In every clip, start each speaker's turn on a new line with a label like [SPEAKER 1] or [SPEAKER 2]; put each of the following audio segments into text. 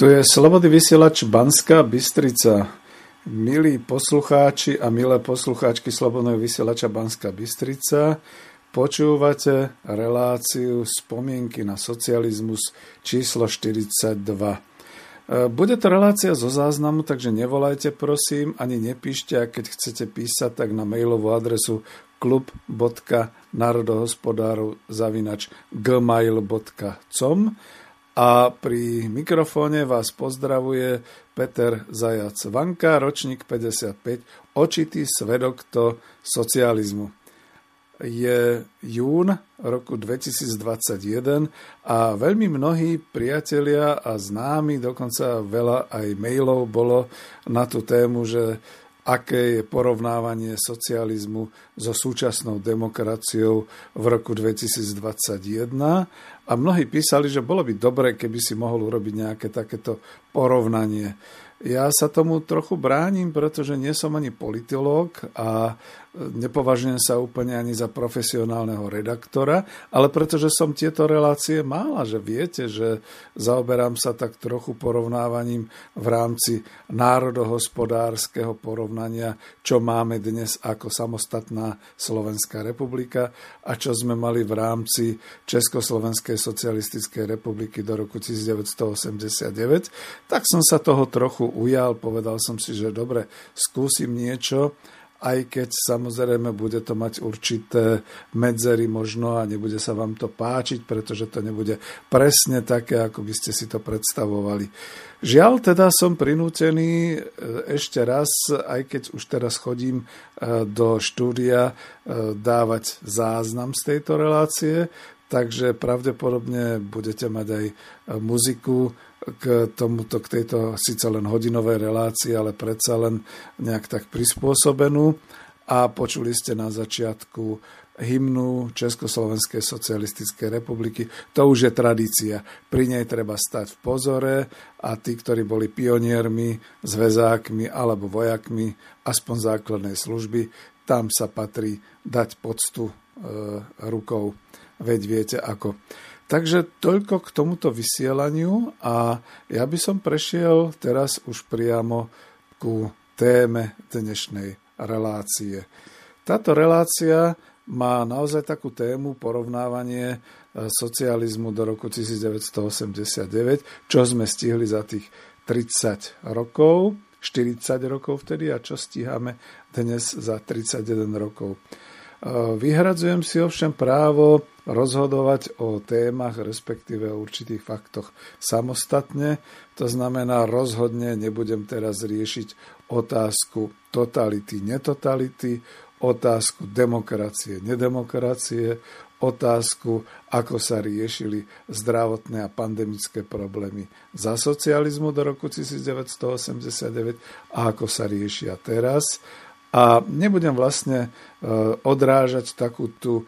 [SPEAKER 1] Tu je Slobodný vysielač Banská Bystrica. Milí poslucháči a milé poslucháčky Slobodného vysielača Banská Bystrica, počúvate reláciu Spomienky na socializmus číslo 42. Bude to relácia zo záznamu, takže nevolajte prosím, ani nepíšte, a keď chcete písať, tak na mailovú adresu klub.národohospodárov@gmail.com. A pri mikrofóne vás pozdravuje Peter Zajac Vanka, ročník 55, očitý svedok to socializmu. Je jún roku 2021 a veľmi mnohí priatelia a známi, dokonca veľa aj mailov bolo na tú tému, že aké je porovnávanie socializmu so súčasnou demokraciou v roku 2021. A mnohí písali, že bolo by dobre, keby si mohol urobiť nejaké takéto porovnanie. Ja sa tomu trochu bránim, pretože nie som ani politológ a nepovažujem sa úplne ani za profesionálneho redaktora, ale pretože som tieto relácie mal a že viete, že zaoberám sa tak trochu porovnávaním v rámci národohospodárskeho porovnania, čo máme dnes ako samostatná Slovenská republika a čo sme mali v rámci Československej socialistickej republiky do roku 1989, tak som sa toho trochu ujal, povedal som si, že dobre, skúsim niečo, aj keď samozrejme bude to mať určité medzery možno a nebude sa vám to páčiť, pretože to nebude presne také, ako by ste si to predstavovali. Žiaľ, teda som prinútený ešte raz, aj keď už teraz chodím do štúdia, dávať záznam z tejto relácie, takže pravdepodobne budete mať aj muziku k tejto síce len hodinovej relácii, ale predsa len nejak tak prispôsobenú. A počuli ste na začiatku hymnu Československej socialistickej republiky. To už je tradícia. Pri nej treba stať v pozore a tí, ktorí boli pioniermi, zväzákmi alebo vojakmi aspoň základnej služby, tam sa patrí dať poctu rukou. Veď viete ako. Takže toľko k tomuto vysielaniu a ja by som prešiel teraz už priamo ku téme dnešnej relácie. Táto relácia má naozaj takú tému porovnávanie socializmu do roku 1989, čo sme stihli za tých 30 rokov, 40 rokov vtedy a čo stíhame dnes za 31 rokov. Vyhradzujem si ovšem právo rozhodovať o témach, respektíve o určitých faktoch samostatne. To znamená, rozhodne nebudem teraz riešiť otázku totality, netotality, otázku demokracie, nedemokracie, otázku, ako sa riešili zdravotné a pandemické problémy za socializmu do roku 1989 a ako sa riešia teraz. A nebudem vlastne odrážať takú tú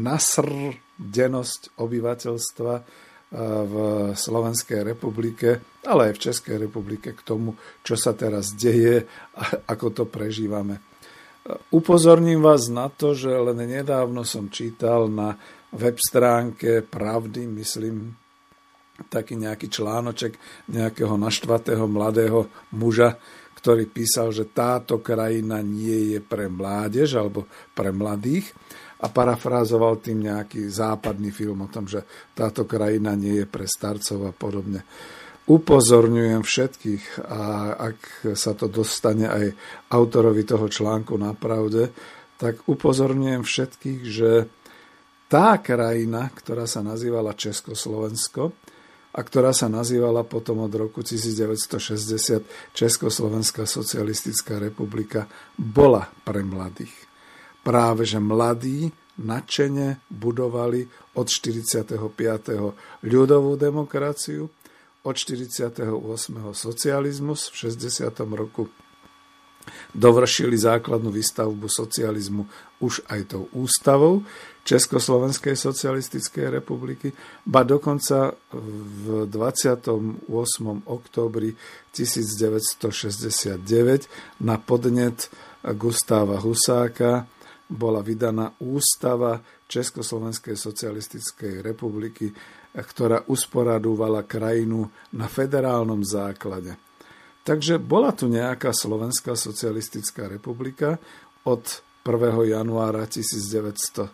[SPEAKER 1] nasrdenosť obyvateľstva v Slovenskej republike, ale aj v Českej republike k tomu, čo sa teraz deje a ako to prežívame. Upozorním vás na to, že len nedávno som čítal na web stránke Pravdy, myslím, taký nejaký článoček nejakého naštvatého mladého muža, ktorý písal, že táto krajina nie je pre mládež alebo pre mladých a parafrázoval tým nejaký západný film o tom, že táto krajina nie je pre starcov a podobne. Upozorňujem všetkých, a ak sa to dostane aj autorovi toho článku na Pravde, tak upozorňujem všetkých, že tá krajina, ktorá sa nazývala Československo, a ktorá sa nazývala potom od roku 1960 Československá socialistická republika, bola pre mladých. Práve že mladí nadšene budovali od 45. ľudovú demokraciu, od 48. socializmus v 60. roku dovršili základnú výstavbu socializmu už aj tou ústavou Československej socialistickej republiky, ba dokonca v 28. októbri 1969 na podnet Gustáva Husáka bola vydaná ústava Československej socialistickej republiky, ktorá usporadovala krajinu na federálnom základe. Takže bola tu nejaká Slovenská socialistická republika od 1. januára 1970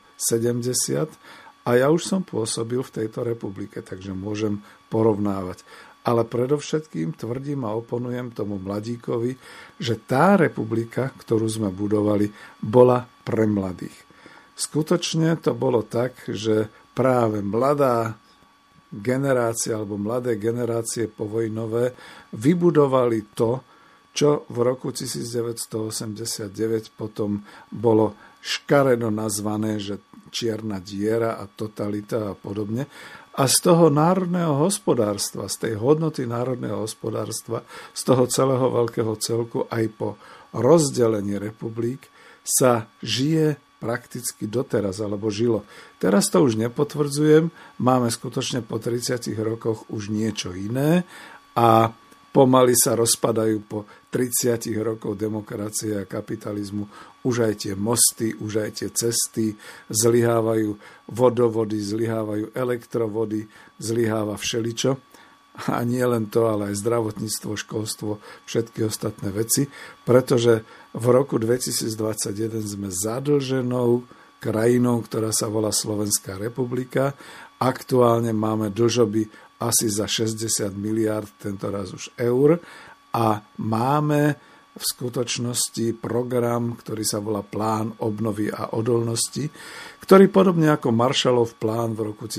[SPEAKER 1] a ja už som pôsobil v tejto republike, takže môžem porovnávať. Ale predovšetkým tvrdím a oponujem tomu mladíkovi, že tá republika, ktorú sme budovali, bola pre mladých. Skutočne to bolo tak, že práve mladá generácia alebo mladé generácie povojnové vybudovali to, čo v roku 1989 potom bolo škaredo nazvané, že čierna diera a totalita a podobne. A z toho národného hospodárstva, z tej hodnoty národného hospodárstva, z toho celého veľkého celku aj po rozdelení republik sa žije prakticky doteraz, alebo žilo. Teraz to už nepotvrdzujem, máme skutočne po 30 rokoch už niečo iné a pomaly sa rozpadajú po 30 rokov demokracie a kapitalizmu už aj tie mosty, už aj tie cesty, zlyhávajú vodovody, zlyhávajú elektrovody, zlyháva všeličo. A nie len to, ale aj zdravotníctvo, školstvo, všetky ostatné veci, pretože v roku 2021 sme zadlženou krajinou, ktorá sa volá Slovenská republika. Aktuálne máme dlžoby asi za 60 miliárd, tentoraz už eur, a máme v skutočnosti program, ktorý sa volá Plán obnovy a odolnosti, ktorý podobne ako Marshallov plán v roku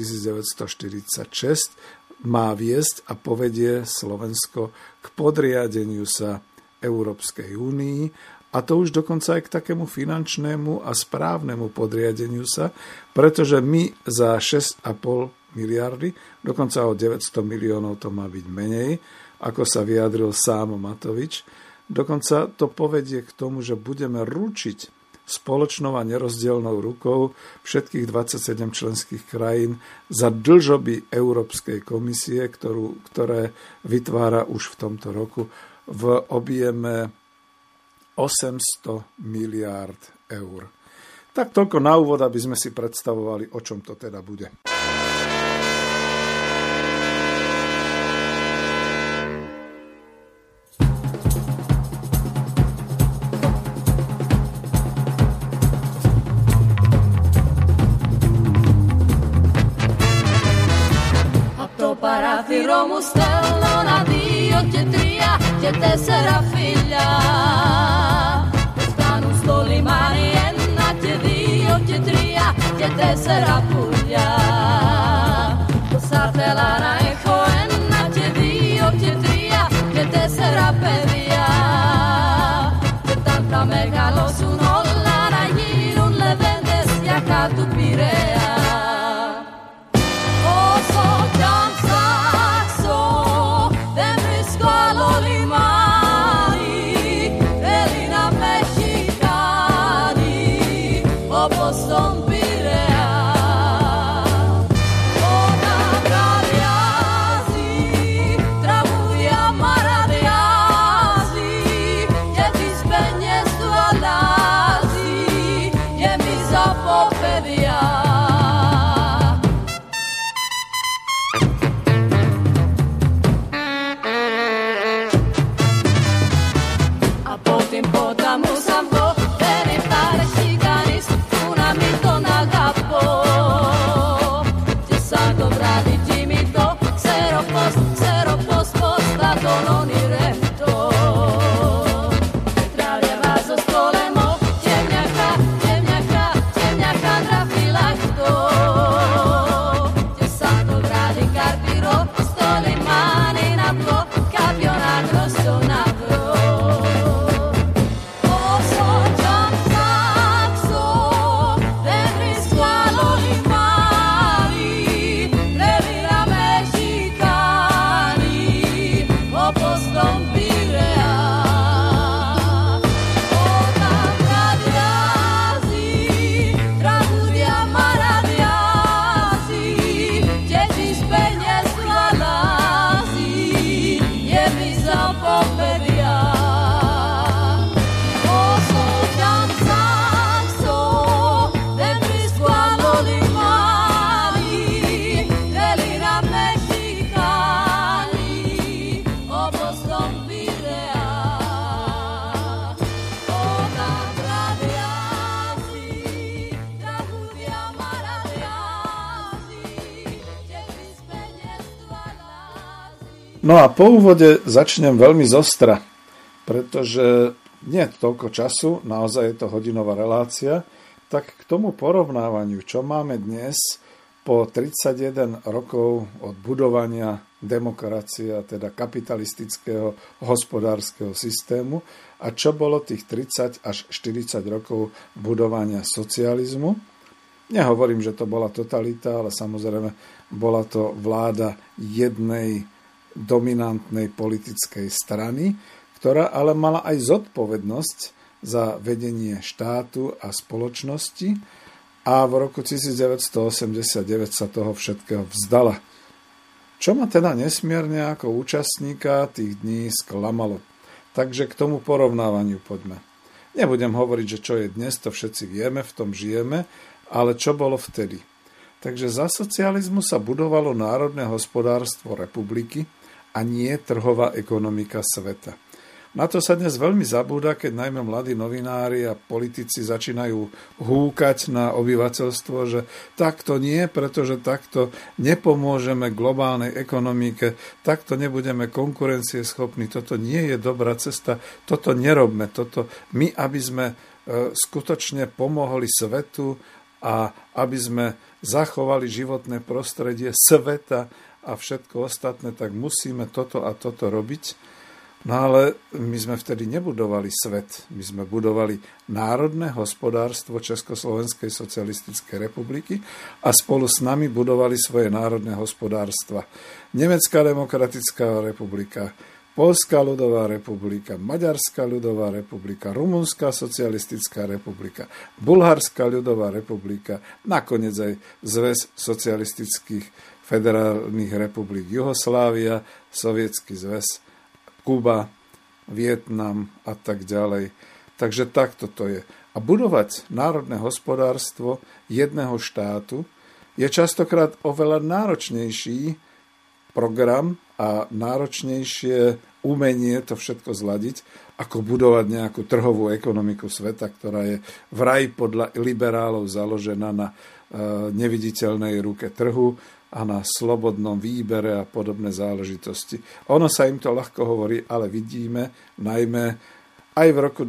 [SPEAKER 1] 1946 má viesť a povedie Slovensko k podriadeniu sa Európskej únii, a to už dokonca aj k takému finančnému a správnemu podriadeniu sa, pretože my za 6,5 miliardy, dokonca o 900 miliónov to má byť menej, ako sa vyjadril sám Matovič, dokonca to povedie k tomu, že budeme ručiť spoločnou a nerozdielnou rukou všetkých 27 členských krajín za dlžoby Európskej komisie, ktoré vytvára už v tomto roku v objeme 800 miliárd eur. Tak toľko na úvod, aby sme si predstavovali, o čom to teda bude.
[SPEAKER 2] Rom stello na Dio te tria, te tessera figlia. Stanno stoli mani e na te Dio te tria, te tessera puglia. Posatela na echo e na te Dio te tria, te tessera pevia. Te tanta megalo su nolla na non le vendes ya tu pirea. Boston Pirea.
[SPEAKER 1] No a po úvode začnem veľmi zostra, pretože nie je toľko času, naozaj je to hodinová relácia, tak k tomu porovnávaniu, čo máme dnes po 31 rokov od budovania demokracie, teda kapitalistického hospodárskeho systému a čo bolo tých 30 až 40 rokov budovania socializmu. Nehovorím, že to bola totalita, ale samozrejme bola to vláda jednej dominantnej politickej strany, ktorá ale mala aj zodpovednosť za vedenie štátu a spoločnosti a v roku 1989 sa toho všetkého vzdala. Čo ma teda nesmierne ako účastníka tých dní sklamalo. Takže k tomu porovnávaniu poďme. Nebudem hovoriť, že čo je dnes, to všetci vieme, v tom žijeme, ale čo bolo vtedy. Takže za socializmu sa budovalo národné hospodárstvo republiky a nie trhová ekonomika sveta. Na to sa dnes veľmi zabúda, keď najmä mladí novinári a politici začínajú húkať na obyvateľstvo, že takto nie, pretože takto nepomôžeme globálnej ekonomike, takto nebudeme konkurencieschopní, toto nie je dobrá cesta, toto nerobme, toto my, aby sme skutočne pomohli svetu a aby sme zachovali životné prostredie sveta a všetko ostatné, tak musíme toto a toto robiť. No ale my sme vtedy nebudovali svet, my sme budovali národné hospodárstvo Československej socialistickej republiky a spolu s nami budovali svoje národné hospodárstva. Nemecká demokratická republika, Poľská ľudová republika, Maďarská ľudová republika, Rumunská socialistická republika, Bulharská ľudová republika, nakoniec aj Zväz socialistických federálnych republik Juhoslávia, Sovietsky zväz, Kuba, Vietnam a tak ďalej. Takže takto to je. A budovať národné hospodárstvo jedného štátu je častokrát oveľa náročnejší program a náročnejšie umenie to všetko zladiť, ako budovať nejakú trhovú ekonomiku sveta, ktorá je vraj podľa liberálov založená na neviditeľnej ruke trhu a na slobodnom výbere a podobné záležitosti. Ono sa im to ľahko hovorí, ale vidíme najmä aj v roku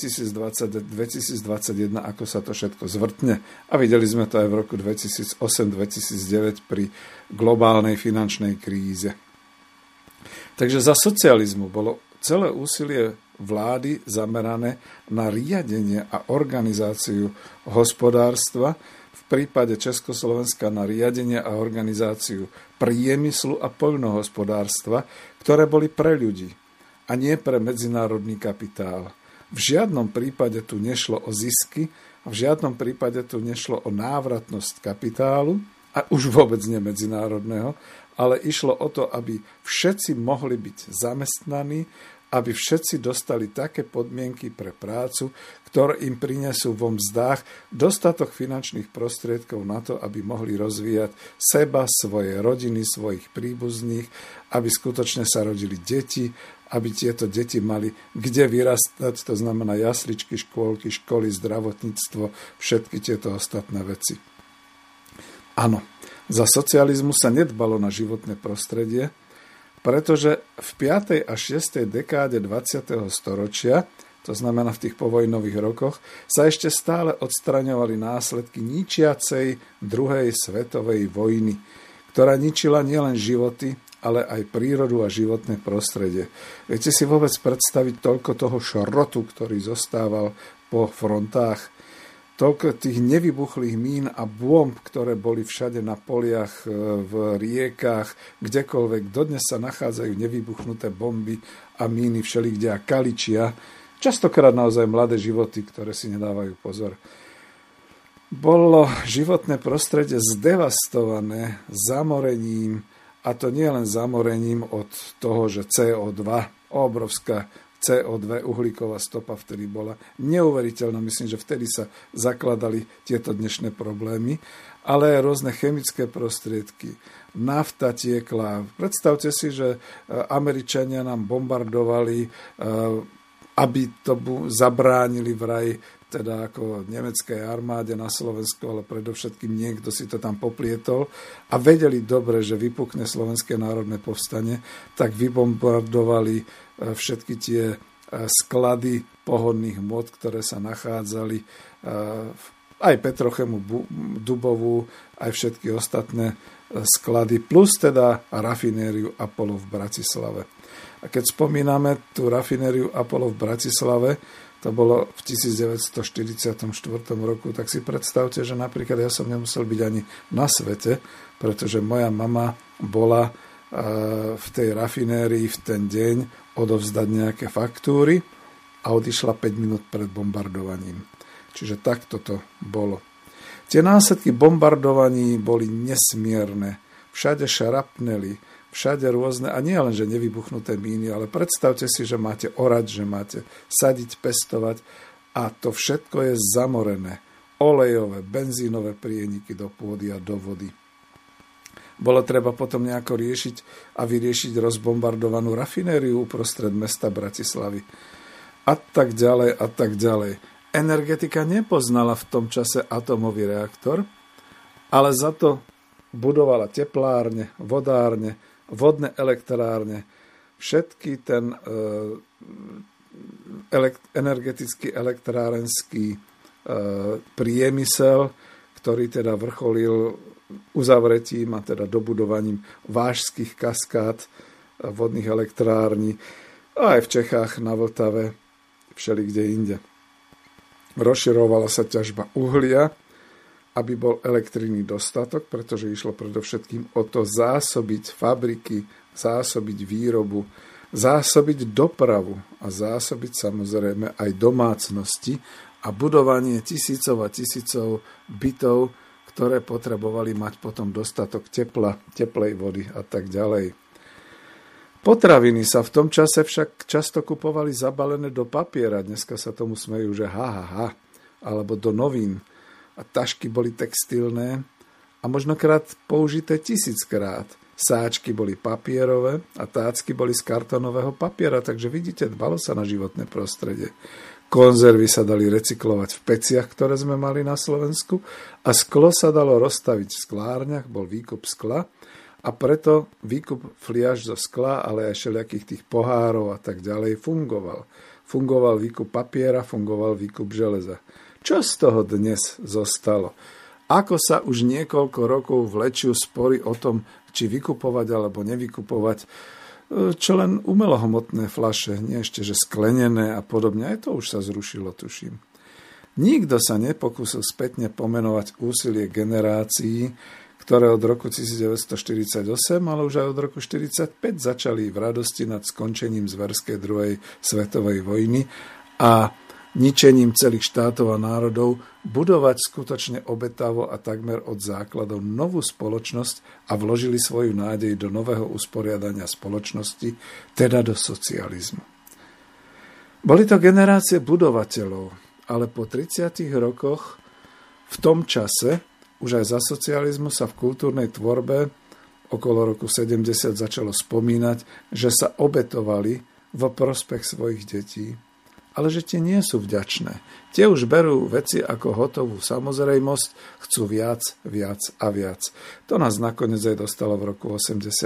[SPEAKER 1] 2020-2021, ako sa to všetko zvrtne. A videli sme to aj v roku 2008-2009 pri globálnej finančnej kríze. Takže za socializmu bolo celé úsilie vlády zamerané na riadenie a organizáciu hospodárstva, v prípade Československa na riadenie a organizáciu priemyslu a poľnohospodárstva, ktoré boli pre ľudí a nie pre medzinárodný kapitál. V žiadnom prípade tu nešlo o zisky, v žiadnom prípade tu nešlo o návratnosť kapitálu, a už vôbec nie medzinárodného, ale išlo o to, aby všetci mohli byť zamestnaní, aby všetci dostali také podmienky pre prácu, ktoré im prinesú vo mzdách dostatok finančných prostriedkov na to, aby mohli rozvíjať seba, svoje rodiny, svojich príbuzných, aby skutočne sa rodili deti, aby tieto deti mali kde vyrastať, to znamená jasličky, škôlky, školy, zdravotníctvo, všetky tieto ostatné veci. Áno, za socializmu sa nedbalo na životné prostredie, pretože v 5. a 6. dekáde 20. storočia, to znamená v tých povojnových rokoch, sa ešte stále odstraňovali následky ničiacej druhej svetovej vojny, ktorá ničila nielen životy, ale aj prírodu a životné prostredie. Viete si vôbec predstaviť toľko toho šrotu, ktorý zostával po frontách? Toľko tých nevybuchlých mín a bomb, ktoré boli všade na poliach, v riekách, kdekoľvek. Dodnes sa nachádzajú nevybuchnuté bomby a míny všelikde a kaličia. Častokrát naozaj mladé životy, ktoré si nedávajú pozor. Bolo životné prostredie zdevastované zamorením, a to nie len zamorením od toho, že CO2, obrovská CO2, uhlíková stopa vtedy bola neuveriteľná. Myslím, že vtedy sa zakladali tieto dnešné problémy, ale aj rôzne chemické prostriedky. Nafta tiekla. Predstavte si, že Američania nám bombardovali aby to zabránili vraj teda ako nemeckej armáde na Slovensku, ale predovšetkým niekto si to tam poplietol a vedeli dobre, že vypukne Slovenské národné povstanie, tak vybombardovali všetky tie sklady pohodných hmôt, ktoré sa nachádzali aj Petrochemu Dubovú, aj všetky ostatné sklady, plus teda rafinériu Apollo v Bratislave. A keď spomíname tú rafinériu Apollo v Bratislave, to bolo v 1944 roku, tak si predstavte, že napríklad ja som nemusel byť ani na svete, pretože moja mama bola v tej rafinérii v ten deň odovzdať nejaké faktúry a odišla 5 minút pred bombardovaním. Čiže takto to bolo. Tie následky bombardovaní boli nesmierne. Všade šarapnely, všade rôzne, a nie len, že nevybuchnuté míny, ale predstavte si, že máte orať, že máte sadiť, pestovať a to všetko je zamorené. Olejové, benzínové prieniky do pôdy a do vody. Bolo treba potom nejako riešiť a vyriešiť rozbombardovanú rafinériu uprostred mesta Bratislavy. A tak ďalej, a tak ďalej. Energetika nepoznala v tom čase atomový reaktor, ale za to budovala teplárne, vodárne, vodné elektrárne, všetky ten energetický elektrárenský priemysel, ktorý teda vrcholil uzavretím a teda dobudovaním vážských kaskád vodných elektrární, aj v Čechách, na Vltave, všelikde inde. Rozširovala sa ťažba uhlia, aby bol elektriny dostatok, pretože išlo predovšetkým o to zásobiť fabriky, zásobiť výrobu, zásobiť dopravu a zásobiť samozrejme aj domácnosti a budovanie tisícov a tisícov bytov, ktoré potrebovali mať potom dostatok tepla, teplej vody a tak ďalej. Potraviny sa v tom čase však často kupovali zabalené do papiera, dneska sa tomu smejú, že alebo do novín. A tašky boli textilné a možnokrát použité 1000-krát. Sáčky boli papierové a tácky boli z kartónového papiera, takže vidíte, dbalo sa na životné prostredie. Konzervy sa dali recyklovať v peciach, ktoré sme mali na Slovensku a sklo sa dalo rozstaviť v sklárniach, bol výkup skla a preto výkup fliaž zo skla, ale aj všelijakých tých pohárov a tak ďalej fungoval. Fungoval výkup papiera, fungoval výkup železa. Čo z toho dnes zostalo? Ako sa už niekoľko rokov vlečú spory o tom, či vykupovať alebo nevykupovať, čo len umelohmotné fľaše, nie ešte, že sklenené a podobne, aj to už sa zrušilo, tuším. Nikto sa nepokúsil spätne pomenovať úsilie generácií, ktoré od roku 1948, ale už aj od roku 1945 začali v radosti nad skončením zverskej druhej svetovej vojny a ničením celých štátov a národov budovať skutočne obetavo a takmer od základov novú spoločnosť a vložili svoju nádej do nového usporiadania spoločnosti, teda do socializmu. Boli to generácie budovateľov, ale po 30 rokoch v tom čase, už aj za socializmu sa v kultúrnej tvorbe okolo roku 70 začalo spomínať, že sa obetovali v prospech svojich detí, ale že tie nie sú vďačné. Tie už berú veci ako hotovú samozrejmosť, chcú viac, viac a viac. To nás nakoniec aj dostalo v roku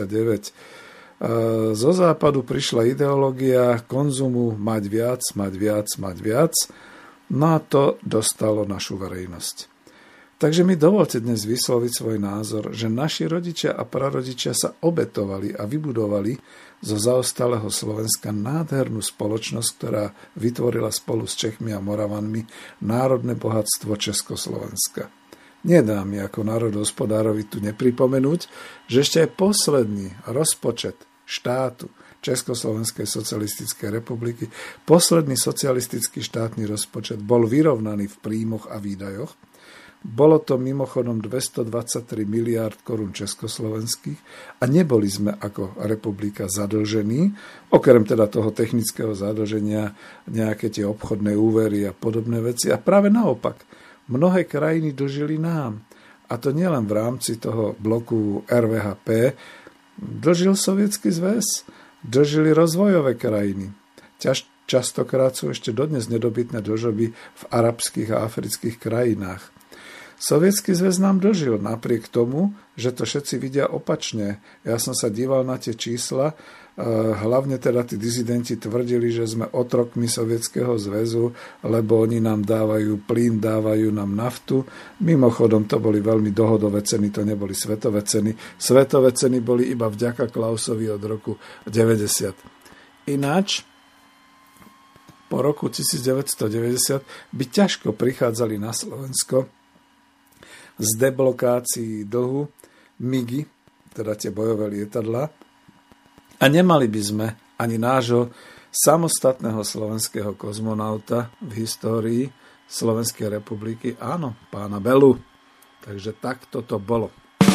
[SPEAKER 1] 89. Zo západu prišla ideológia konzumu mať viac, mať viac, mať viac. No a to dostalo našu verejnosť. Takže mi dovolte dnes vysloviť svoj názor, že naši rodičia a prarodičia sa obetovali a vybudovali zo zaostalého Slovenska nádhernú spoločnosť, ktorá vytvorila spolu s Čechmi a Moravanmi národné bohatstvo Československa. Nedá mi ako národohospodárovi tu nepripomenúť, že ešte aj posledný rozpočet štátu Československej socialistickej republiky, posledný socialistický štátny rozpočet bol vyrovnaný v príjmoch a výdajoch. Bolo to mimochodom 223 miliárd korún československých a neboli sme ako republika zadlžení, okrem teda toho technického zadlženia, nejaké tie obchodné úvery a podobné veci. A práve naopak, mnohé krajiny dlžili nám. A to nielen v rámci toho bloku RVHP, dlžil Sovietsky zväz, dlžili rozvojové krajiny. častokrát sú ešte dodnes nedobytné dlžoby v arabských a afrických krajinách. Sovietsky zväz nám dožil, napriek tomu, že to všetci vidia opačne. Ja som sa díval na tie čísla, hlavne teda tí dizidenti tvrdili, že sme otrokmi Sovietskeho zväzu, lebo oni nám dávajú plyn, dávajú nám naftu. Mimochodom, to boli veľmi dohodové ceny, to neboli svetové ceny. Svetové ceny boli iba vďaka Klausovi od roku 90. Ináč, po roku 1990 by ťažko prichádzali na Slovensko z deblokácií dlhu MIGy, teda tie bojové lietadlá, a nemali by sme ani nášho samostatného slovenského kozmonauta v histórii Slovenskej republiky, áno, pána Belu. Takže takto to bolo.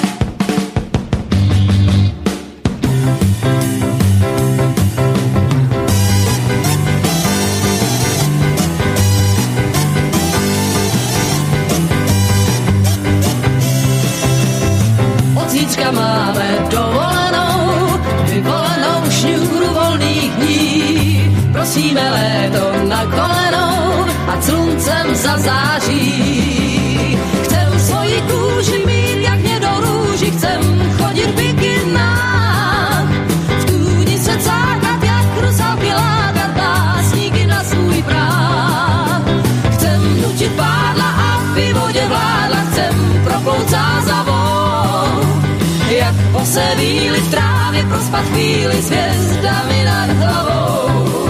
[SPEAKER 2] Máme dovolenou, vyvolenou šňůru volných dní. Prosíme léto na kolenou a sluncem zazáří. Chcem svoji kůži mít jak hnědou růži, chcem chodit v bikinách. V tůni se cákat jak rusalky lákat básníky na svůj práh. Chcem nutit pádla a v vodě vládla, chcem proplout zázavou. Jak posedíli v trávě, prospat chvíli s hvězdami nad hlavou.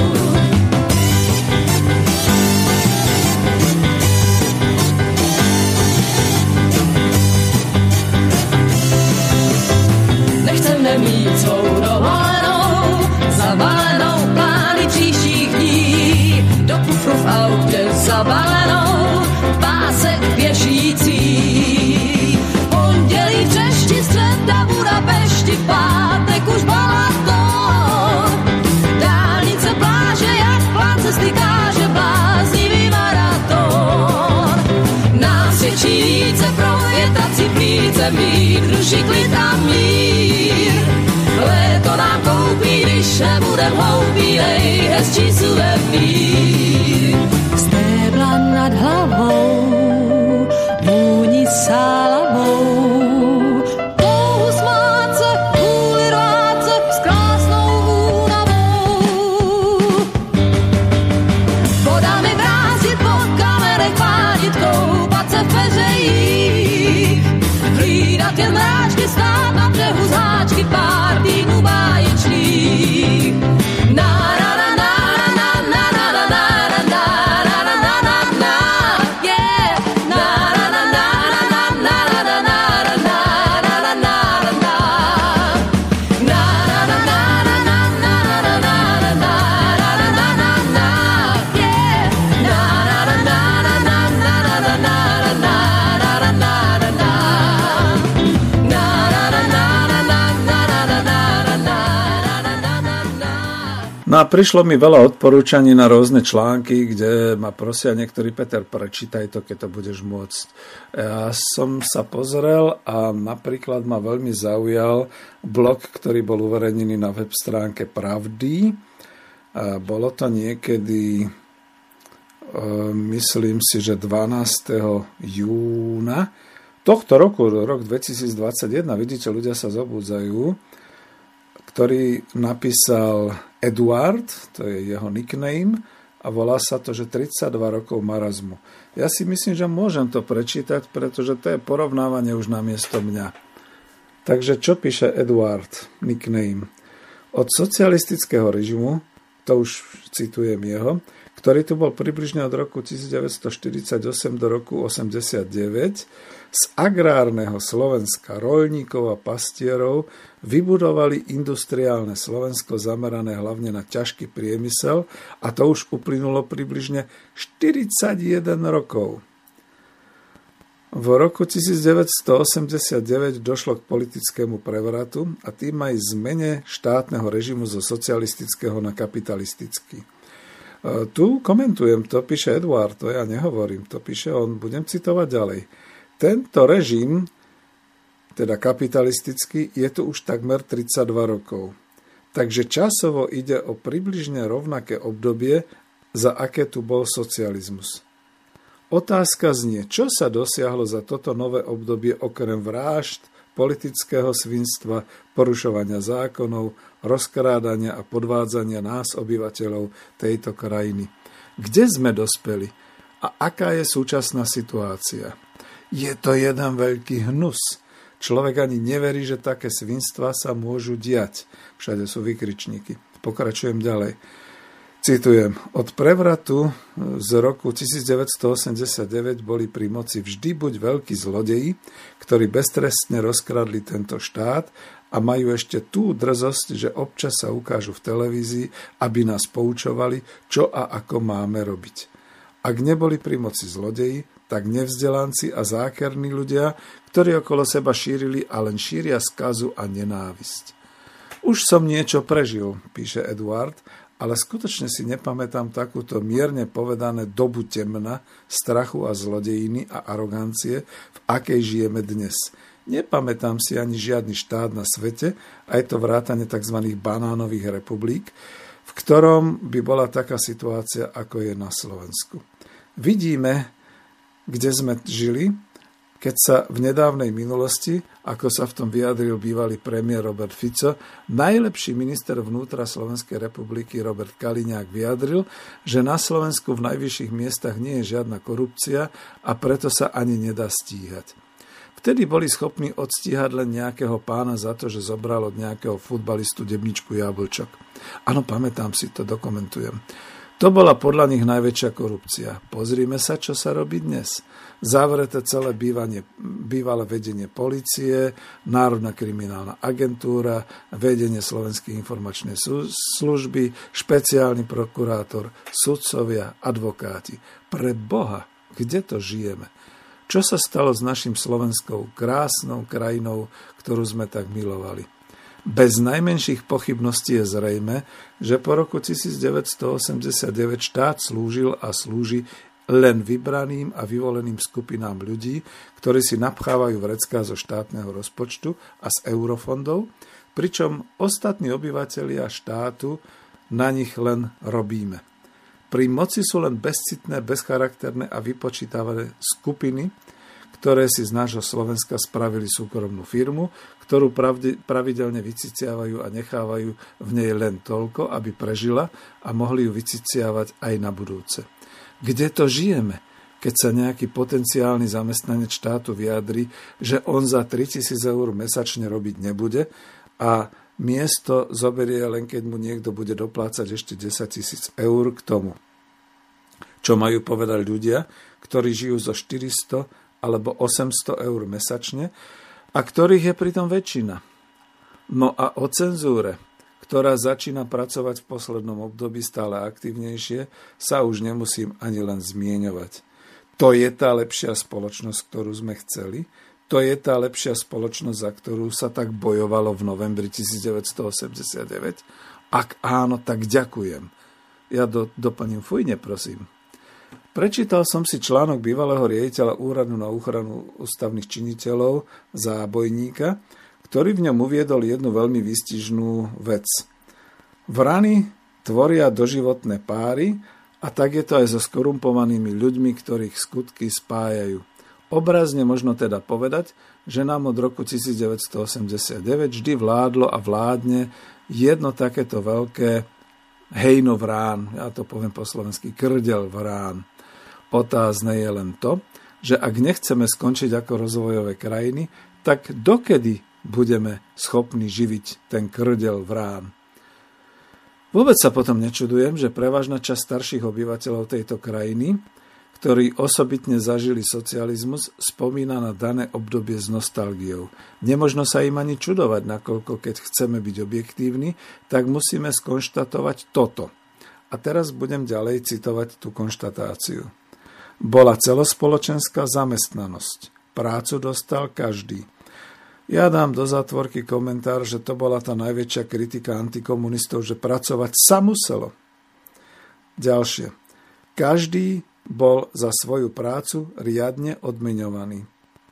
[SPEAKER 2] Nechcem nemít svou dovolenou, zabalenou plány příštích dní. Do kufru v autě zabalenou, pásek běžící. Pondělí v Řešti, středa v Budapešti, v pátek už Balaton. Dálnice, pláže, jak plán cesty káže, bláznivý maraton. Nás větší více pro větrací plíce, mít v duši klid a mír. Léto nám koupí, když nebudem hloupí, nejhezčí suvenýr. Stébla nad hlavou, vůni sálavou. Hlídat jen mráčky, stát na břehu z háčky, pár týdnů báječných. Na na na na na na na na na na na na na na na na yeah. Na na na na na na na na na na na na na na na na na na
[SPEAKER 1] No a prišlo mi veľa odporúčaní na rôzne články, kde ma prosia niektorí: Peter, prečítaj to, keď to budeš môcť. Ja som sa pozrel a napríklad ma veľmi zaujal blog, ktorý bol uverejnený na web stránke Pravdy. A bolo to niekedy, myslím si, že 12. júna tohto roku, rok 2021, vidíte, ľudia sa zobúdzajú, ktorý napísal Eduard, to je jeho nickname, a volá sa to, že 32 rokov marazmu. Ja si myslím, že môžem to prečítať, pretože to je porovnávanie už namiesto mňa. Takže čo píše Eduard, nickname? Od socialistického režimu, to už citujem jeho, ktorý tu bol približne od roku 1948 do roku 1989, z agrárneho Slovenska, roľníkov a pastierov vybudovali industriálne Slovensko zamerané hlavne na ťažký priemysel, a to už uplynulo približne 41 rokov. V roku 1989 došlo k politickému prevratu a tým aj zmene štátneho režimu zo socialistického na kapitalistický. Tu komentujem, to píše Eduard, to ja nehovorím, to píše on, budem citovať ďalej. Tento režim, teda kapitalistický, je tu už takmer 32 rokov. Takže časovo ide o približne rovnaké obdobie, za aké tu bol socializmus. Otázka znie, čo sa dosiahlo za toto nové obdobie okrem vražd, politického svinstva, porušovania zákonov, rozkrádania a podvádzania nás, obyvateľov tejto krajiny. Kde sme dospeli a aká je súčasná situácia? Je to jeden veľký hnus. Človek ani neverí, že také svinstvá sa môžu diať. Všade sú vykričníky. Pokračujem ďalej. Citujem, od prevratu z roku 1989 boli pri moci vždy buď veľkí zlodeji, ktorí beztrestne rozkradli tento štát a majú ešte tú drzosť, že občas sa ukážu v televízii, aby nás poučovali, čo a ako máme robiť. Ak neboli pri moci zlodeji, tak nevzdelanci a zákerní ľudia, ktorí okolo seba šírili a len šíria skazu a nenávisť. Už som niečo prežil, píše Eduard, ale skutočne si nepamätám takúto mierne povedané dobu temna, strachu a zlodejiny a arogancie, v akej žijeme dnes. Nepamätám si ani žiadny štát na svete, aj to vrátane tzv. Banánových republik, v ktorom by bola taká situácia, ako je na Slovensku. Vidíme, kde sme žili, keď sa v nedávnej minulosti, ako sa v tom vyjadril bývalý premiér Robert Fico, najlepší minister vnútra Slovenskej republiky Robert Kaliňák vyjadril, že na Slovensku v najvyšších miestach nie je žiadna korupcia a preto sa ani nedá stíhať. Vtedy boli schopní odstíhať len nejakého pána za to, že zobral od nejakého futbalistu debničku jablčok. Áno, pamätám si to, dokumentujem. To bola podľa nich najväčšia korupcia. Pozrime sa, čo sa robí dnes. Zavreté celé bývalé vedenie polície, Národná kriminálna agentúra, vedenie Slovenskej informačnej služby, špeciálny prokurátor, sudcovia, advokáti. Pre Boha, kde to žijeme? Čo sa stalo s našim slovenskou krásnou krajinou, ktorú sme tak milovali? Bez najmenších pochybností je zrejme, že po roku 1989 štát slúžil a slúži len vybraným a vyvoleným skupinám ľudí, ktorí si napchávajú vrecká zo štátneho rozpočtu a z eurofondov, pričom ostatní obyvatelia štátu na nich len robíme. Pri moci sú len bezcitné, bezcharakterné a vypočítavané skupiny, ktoré si z nášho Slovenska spravili súkromnú firmu, ktorú pravidelne vyciciavajú a nechávajú v nej len toľko, aby prežila a mohli ju vyciciavať aj na budúce. Kde to žijeme, keď sa nejaký potenciálny zamestnanec štátu vyjadri, že on za 3 000 eur mesačne robiť nebude a miesto zoberie len keď mu niekto bude doplácať ešte 10 000 eur k tomu. Čo majú povedať ľudia, ktorí žijú zo 400 alebo 800 eur mesačne a ktorých je pritom väčšina. No a o cenzúre, ktorá začína pracovať v poslednom období stále aktívnejšie, sa už nemusím ani len zmieňovať. To je tá lepšia spoločnosť, ktorú sme chceli? To je tá lepšia spoločnosť, za ktorú sa tak bojovalo v novembri 1989? Ak áno, tak ďakujem. Ja doplním, neprosím. Prečítal som si článok bývalého riaditeľa Úradu na ochranu ústavných činiteľov Zábojníka, ktorý v ňom uviedol jednu veľmi výstižnú vec. Vrany tvoria doživotné páry a tak je to aj so skorumpovanými ľuďmi, ktorých skutky spájajú. Obrazne možno teda povedať, že nám od roku 1989 vždy vládlo a vládne jedno takéto veľké hejno vrán, ja to poviem po slovensky, krdel vrán. Otázne je len to, že ak nechceme skončiť ako rozvojové krajiny, tak dokedy budeme schopní živiť ten krdel vrán? Vôbec sa potom nečudujem, že prevažná časť starších obyvateľov tejto krajiny, ktorí osobitne zažili socializmus, spomína na dané obdobie s nostalgiou. Nemožno sa im ani čudovať, nakoľko keď chceme byť objektívni, tak musíme skonštatovať toto. A teraz budem ďalej citovať tú konštatáciu. Bola celospoločenská zamestnanosť. Prácu dostal každý. Ja dám do zátvorky komentár, že to bola tá najväčšia kritika antikomunistov, že pracovať sa muselo. Ďalšie. Každý bol za svoju prácu riadne odmeňovaný.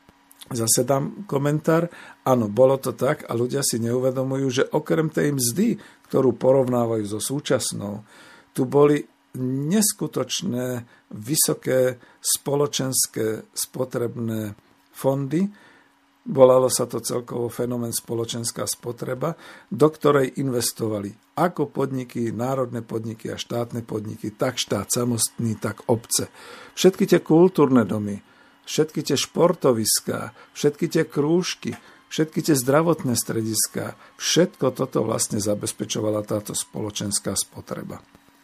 [SPEAKER 1] Zase dám komentár. Áno, bolo to tak a ľudia si neuvedomujú, že okrem tej mzdy, ktorú porovnávajú so súčasnou, tu boli neskutočné, vysoké spoločenské spotrebné fondy. Volalo sa to celkovo fenomén spoločenská spotreba, do ktorej investovali ako podniky, národné podniky a štátne podniky, tak štát samostný, tak obce. Všetky tie kultúrne domy, všetky tie športoviská, všetky tie krúžky, všetky tie zdravotné strediská, všetko toto vlastne zabezpečovala táto spoločenská spotreba.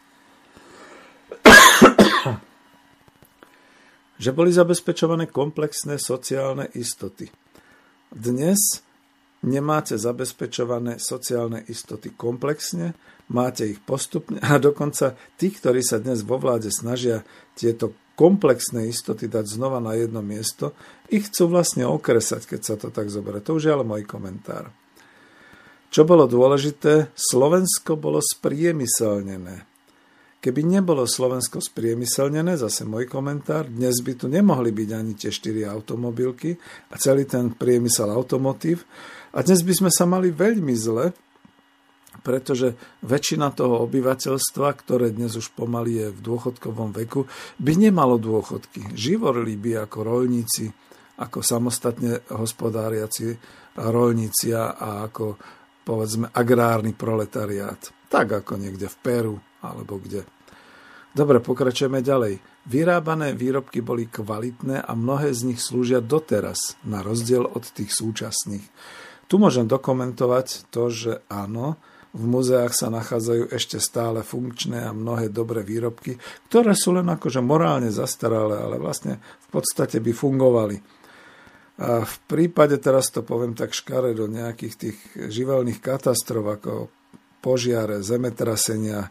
[SPEAKER 1] Že boli zabezpečované komplexné sociálne istoty. Dnes nemáte zabezpečované sociálne istoty komplexne, máte ich postupne a dokonca tí, ktorí sa dnes vo vláde snažia tieto komplexné istoty dať znova na jedno miesto, ich chcú vlastne okresať, keď sa to tak zoberie. To už je ale môj komentár. Čo bolo dôležité, Slovensko bolo spriemyselnené. Keby nebolo Slovensko spriemyselnené, zase môj komentár, dnes by tu nemohli byť ani tie 4 automobilky a celý ten priemysel automotív. A dnes by sme sa mali veľmi zle, pretože väčšina toho obyvateľstva, ktoré dnes už pomaly je v dôchodkovom veku, by nemalo dôchodky. Živorili by ako roľníci, ako samostatne hospodáriaci roľníci a ako, povedzme, agrárny proletariát. Tak ako niekde v Peru alebo kde. Dobre, pokračujeme ďalej. Vyrábané výrobky boli kvalitné a mnohé z nich slúžia doteraz, na rozdiel od tých súčasných. Tu môžem dokumentovať to, že áno, v muzeách sa nachádzajú ešte stále funkčné a mnohé dobré výrobky, ktoré sú len akože morálne zastaralé, ale vlastne v podstate by fungovali. A v prípade, teraz to poviem tak škaredo, nejakých tých živelných katastrof ako požiare, zemetrasenia,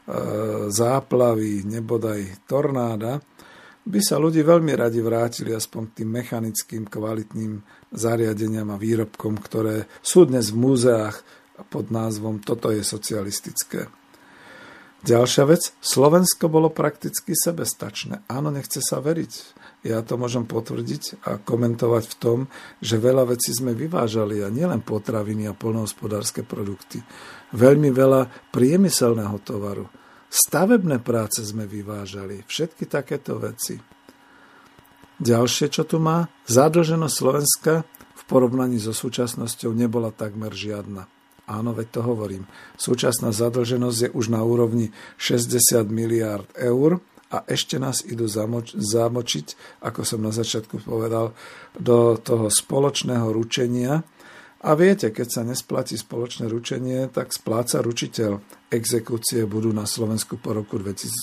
[SPEAKER 1] záplavy, nebodaj tornáda, by sa ľudí veľmi radi vrátili aspoň k tým mechanickým, kvalitným zariadeniam a výrobkom, ktoré sú dnes v múzeách pod názvom Toto je socialistické. Ďalšia vec, Slovensko bolo prakticky sebestačné. Áno, nechce sa veriť. Ja to môžem potvrdiť a komentovať v tom, že veľa vecí sme vyvážali a nielen potraviny a poľnohospodárske produkty. Veľmi veľa priemyselného tovaru. Stavebné práce sme vyvážali. Všetky takéto veci. Ďalšie, čo tu má, zadlženosť Slovenska v porovnaní so súčasnosťou nebola takmer žiadna. Áno, veď to hovorím. Súčasná zadlženosť je už na úrovni 60 miliárd eur a ešte nás idú zamočiť, ako som na začiatku povedal, do toho spoločného ručenia. A viete, keď sa nesplatí spoločné ručenie, tak spláca ručiteľ. Exekúcie budú na Slovensku po roku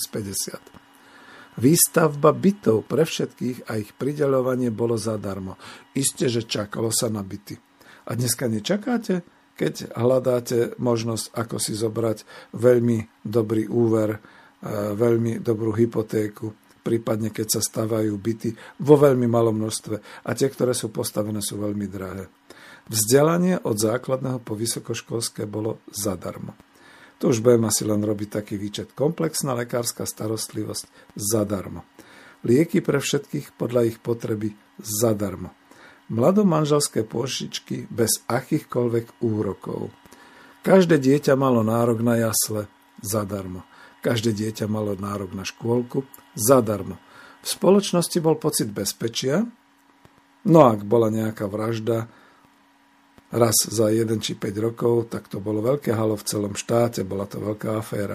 [SPEAKER 1] 2050. Výstavba bytov pre všetkých a ich prideľovanie bolo zadarmo. Isté, že čakalo sa na byty. A dneska nečakáte, keď hľadáte možnosť, ako si zobrať veľmi dobrý úver, veľmi dobrú hypotéku, prípadne keď sa stavajú byty vo veľmi malom množstve a tie, ktoré sú postavené, sú veľmi drahé. Vzdelanie od základného po vysokoškolské bolo zadarmo. To už budem asi len robiť taký výčet. Komplexná lekárska starostlivosť zadarmo. Lieky pre všetkých podľa ich potreby zadarmo. Mladomanželské pôžičky bez akýchkoľvek úrokov. Každé dieťa malo nárok na jasle zadarmo. Každé dieťa malo nárok na škôlku zadarmo. V spoločnosti bol pocit bezpečia, no ak bola nejaká vražda raz za 1 či 5 rokov, tak to bolo veľké halo v celom štáte, bola to veľká aféra.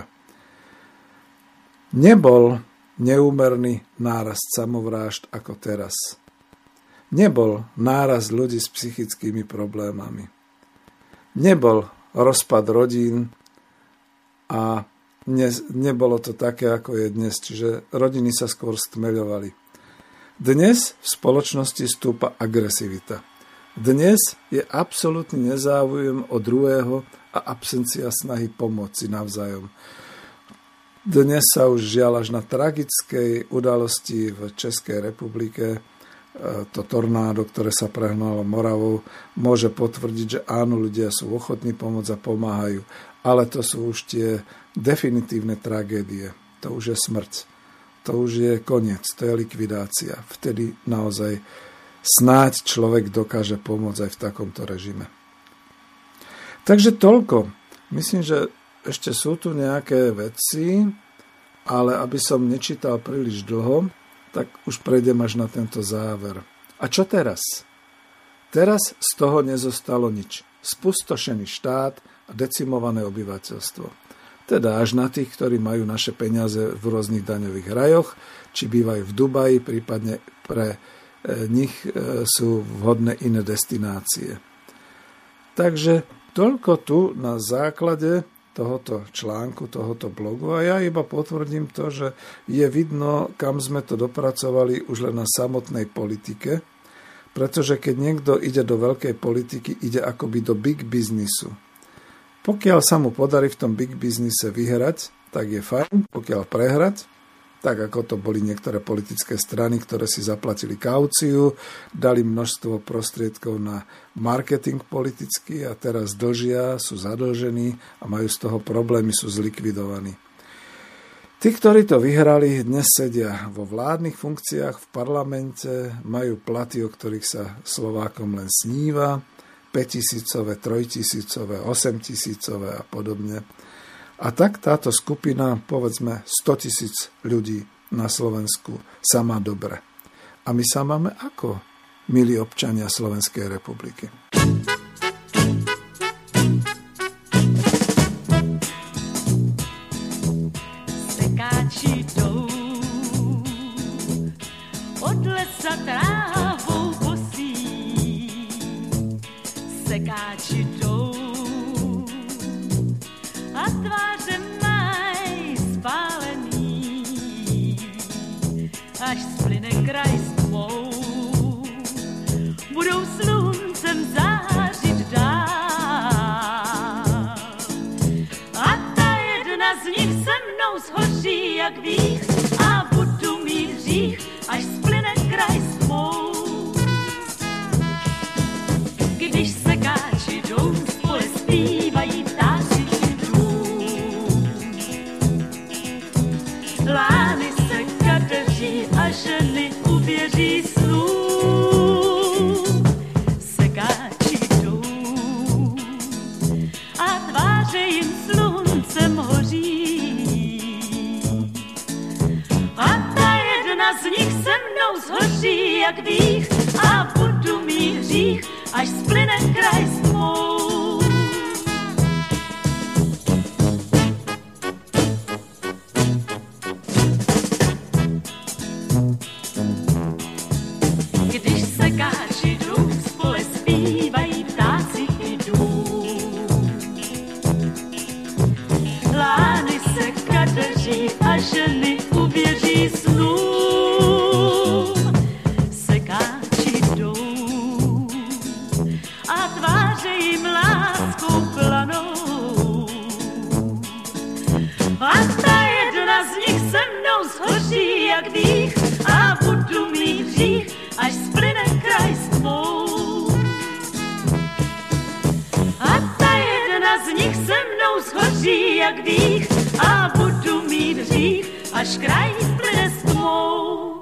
[SPEAKER 1] Nebol neúmerný nárast samovrážd ako teraz. Nebol nárast ľudí s psychickými problémami. Nebol rozpad rodín a nebolo to také, ako je dnes, čiže rodiny sa skôr stmeľovali. Dnes v spoločnosti stúpa agresivita. Dnes je absolútny nezáujem o druhého a absencia snahy pomôcť navzájom. Dnes sa už žiaľ až na tragickej udalosti v Českej republike, to tornádo, ktoré sa prehnalo Moravou, môže potvrdiť, že áno, ľudia sú ochotní pomôcť a pomáhajú. Ale to sú už tie definitívne tragédie. To už je smrť. To už je koniec. To je likvidácia. Vtedy naozaj snáď človek dokáže pomôcť aj v takomto režime. Takže toľko. Myslím, že ešte sú tu nejaké veci, ale aby som nečítal príliš dlho, tak už prejdem až na tento záver. A čo teraz? Teraz z toho nezostalo nič. Spustošený štát a decimované obyvateľstvo. Teda až na tých, ktorí majú naše peniaze v rôznych daňových rajoch, či bývajú v Dubaji, prípadne pre nich sú vhodné iné destinácie. Takže toľko tu na základe tohoto článku, tohoto blogu a ja iba potvrdím to, že je vidno, kam sme to dopracovali už len na samotnej politike, pretože keď niekto ide do veľkej politiky, ide akoby do big biznisu. Pokiaľ sa mu podarí v tom big biznise vyhrať, tak je fajn, pokiaľ prehrať, tak ako to boli niektoré politické strany, ktoré si zaplatili kauciu, dali množstvo prostriedkov na marketing politický a teraz dlžia, sú zadlžení a majú z toho problémy, sú zlikvidovaní. Tí, ktorí to vyhrali, dnes sedia vo vládnych funkciách v parlamente, majú platy, o ktorých sa Slovákom len sníva, 5 000, 3 000, 8 000 a podobne. A tak táto skupina, povedzme 100 000 ľudí na Slovensku sa má dobre. A my sa máme ako, milí občania Slovenskej republiky?
[SPEAKER 3] Sekáči jdou od lesa trávou bosí, sekáči jdou a tváře maj spálený, až splyne kraj s tmou, budou sluncem zářit dál. A ta jedna z nich se mnou zhoří jak vích a budu mít hřích, až splyne kraj s tmou. Když sekáči jdou, spole zpívají ptáci, lány se kadeří a ženy uvěří snům. Sekáči jdou a tváře jim sluncem hoří. A ta jedna z nich se mnou zhoří jak vích a budu mít hřích, až splyne kraj s tmou. A ženy uvěří snům. Sekáči jdou a tváře jim láskou planou. A ta jedna z nich se mnou zhoří jak vích a budu mít hřích, až splyne kraj s tmou. A ta jedna z nich se mnou zhoří jak vích a budu mít hřích, až kraj splyne s tmou.